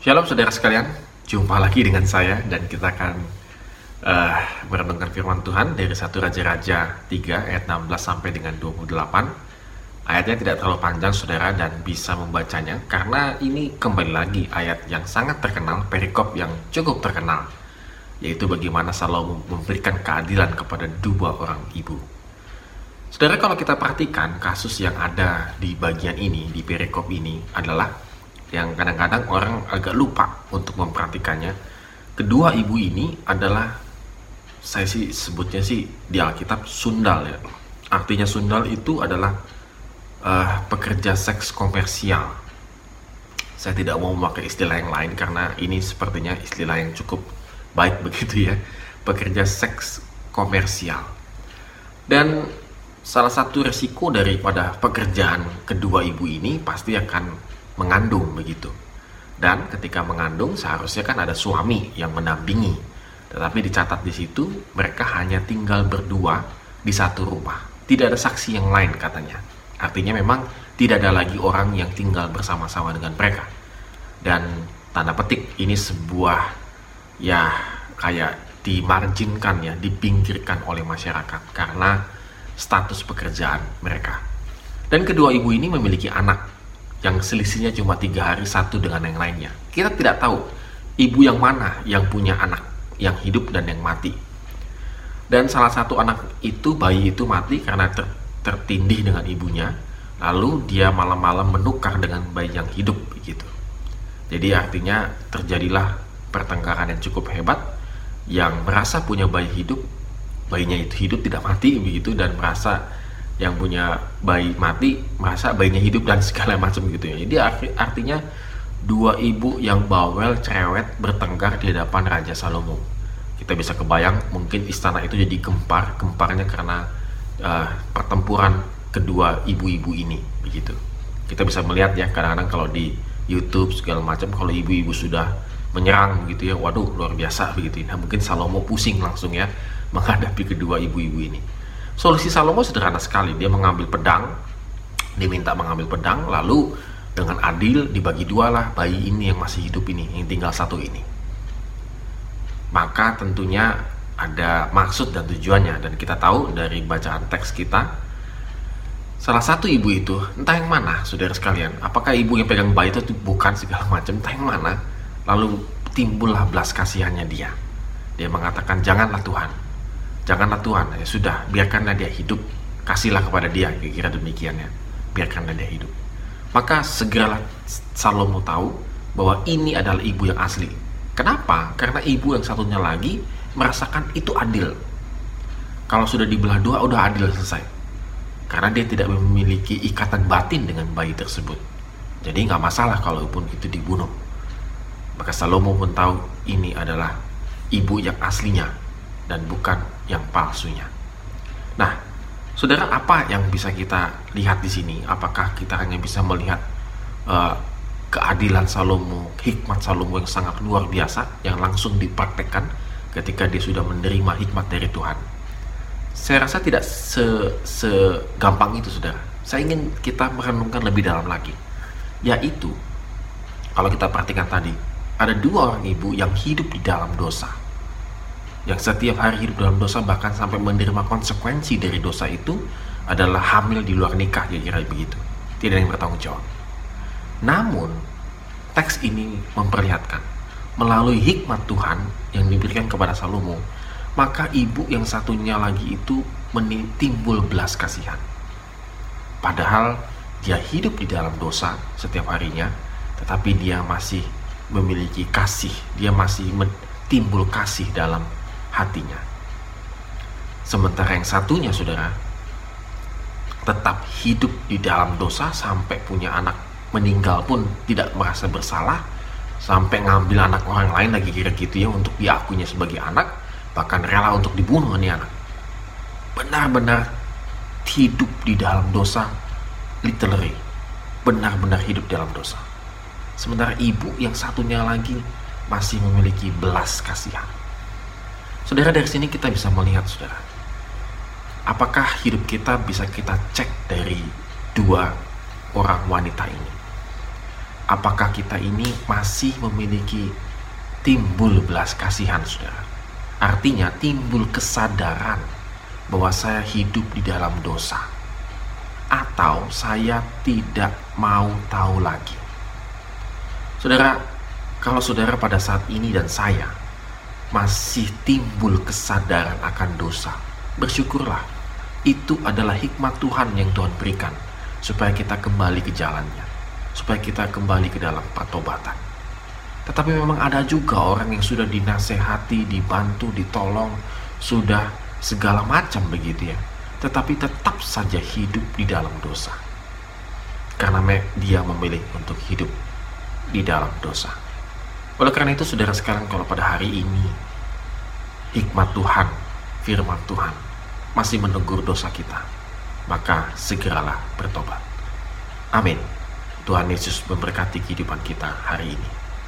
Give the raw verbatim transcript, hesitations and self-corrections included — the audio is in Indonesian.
Shalom saudara sekalian, jumpa lagi dengan saya dan kita akan uh, merenungkan firman Tuhan dari satu Raja-Raja tiga ayat enam belas sampai dengan dua puluh delapan. Ayatnya tidak terlalu panjang saudara dan bisa membacanya karena ini kembali lagi ayat yang sangat terkenal, perikop yang cukup terkenal, yaitu bagaimana Salomo memberikan keadilan kepada dua orang ibu. Saudara, kalau kita perhatikan kasus yang ada di bagian ini, di perikop ini adalah yang kadang-kadang orang agak lupa untuk memperhatikannya. Kedua ibu ini adalah, saya sih sebutnya sih di Alkitab sundal ya. Artinya sundal itu adalah uh, pekerja seks komersial. Saya tidak mau memakai istilah yang lain karena ini sepertinya istilah yang cukup baik begitu ya. Pekerja seks komersial. Dan salah satu resiko daripada pekerjaan kedua ibu ini pasti akan mengandung begitu. Dan ketika mengandung seharusnya kan ada suami yang mendampingi. Tetapi dicatat di situ mereka hanya tinggal berdua di satu rumah. Tidak ada saksi yang lain katanya. Artinya memang tidak ada lagi orang yang tinggal bersama-sama dengan mereka. Dan tanda petik ini sebuah ya kayak dimarginkan ya, dipinggirkan oleh masyarakat karena status pekerjaan mereka. Dan kedua ibu ini memiliki anak yang selisihnya cuma tiga hari satu dengan yang lainnya. Kita tidak tahu ibu yang mana yang punya anak yang hidup dan yang mati. Dan salah satu anak itu, bayi itu mati karena ter tertindih dengan ibunya. Lalu dia malam-malam menukar dengan bayi yang hidup begitu. Jadi artinya terjadilah pertengkaran yang cukup hebat. Yang merasa punya bayi hidup, bayinya itu hidup tidak mati begitu, dan merasa yang punya bayi mati merasa bayinya hidup dan segala macam gitu ya. Jadi artinya dua ibu yang bawel cerewet bertengkar di hadapan Raja Salomo. Kita bisa kebayang mungkin istana itu jadi gempar, gemparnya karena uh, pertempuran kedua ibu-ibu ini begitu. Kita bisa melihat ya kadang-kadang kalau di YouTube segala macam, kalau ibu-ibu sudah menyerang begitu ya, waduh luar biasa begitu. Nah mungkin Salomo pusing langsung ya menghadapi kedua ibu-ibu ini. Solusi Salomo sederhana sekali, dia mengambil pedang, dia minta mengambil pedang, lalu dengan adil dibagi dua lah bayi ini yang masih hidup ini, yang tinggal satu ini. Maka tentunya ada maksud dan tujuannya, dan kita tahu dari bacaan teks kita, salah satu ibu itu, entah yang mana saudara sekalian, apakah ibu yang pegang bayi itu bukan segala macam, entah yang mana, lalu timbullah belas kasihannya dia. Dia mengatakan, janganlah Tuhan, janganlah Tuhan, ya sudah, biarkanlah dia hidup, kasihlah kepada dia, kira-kira demikian ya, biarkanlah dia hidup. Maka segeralah Salomo tahu bahwa ini adalah ibu yang asli. Kenapa? Karena ibu yang satunya lagi merasakan itu adil. Kalau sudah dibelah dua, udah adil, selesai. Karena dia tidak memiliki ikatan batin dengan bayi tersebut. Jadi nggak masalah kalaupun itu dibunuh. Maka Salomo pun tahu ini adalah ibu yang aslinya dan bukan yang palsunya. Nah, saudara, apa yang bisa kita lihat di sini? Apakah kita hanya bisa melihat uh, keadilan Salomo, hikmat Salomo yang sangat luar biasa, yang langsung dipraktekkan ketika dia sudah menerima hikmat dari Tuhan? Saya rasa tidak se segampang itu, saudara. Saya ingin kita merenungkan lebih dalam lagi. Yaitu, kalau kita perhatikan tadi, ada dua orang ibu yang hidup di dalam dosa, yang setiap hari hidup dalam dosa, bahkan sampai menerima konsekuensi dari dosa itu adalah hamil di luar nikah, kira-kira begitu. Tidak ada yang bertanggung jawab. Namun teks ini memperlihatkan melalui hikmat Tuhan yang diberikan kepada Salomo, maka ibu yang satunya lagi itu timbul belas kasihan. Padahal dia hidup di dalam dosa setiap harinya, tetapi dia masih memiliki kasih, dia masih timbul kasih dalam hatinya. Sementara yang satunya, saudara, tetap hidup di dalam dosa sampai punya anak meninggal pun tidak merasa bersalah, sampai ngambil anak orang lain lagi kira gitu ya untuk diakuinya sebagai anak, bahkan rela untuk dibunuh nih anak. Benar-benar hidup di dalam dosa, literally benar-benar hidup dalam dosa. Sementara ibu yang satunya lagi masih memiliki belas kasihan. Saudara, dari sini kita bisa melihat, saudara, apakah hidup kita bisa kita cek dari dua orang wanita ini. apakah kita ini masih memiliki timbul belas kasihan, saudara? Artinya timbul kesadaran bahwa saya hidup di dalam dosa, atau saya tidak mau tahu lagi. Saudara, kalau saudara pada saat ini dan saya masih timbul kesadaran akan dosa, bersyukurlah. Itu adalah hikmat Tuhan yang Tuhan berikan supaya kita kembali ke jalannya, supaya kita kembali ke dalam pertobatan. Tetapi memang ada juga orang yang sudah dinasehati, dibantu, ditolong, sudah segala macam begitu ya, tetapi tetap saja hidup di dalam dosa, karena dia memilih untuk hidup di dalam dosa. Oleh karena itu, saudara sekalian, kalau pada hari ini hikmat Tuhan, firman Tuhan masih menegur dosa kita, maka segeralah bertobat. Amin. Tuhan Yesus memberkati kehidupan kita hari ini.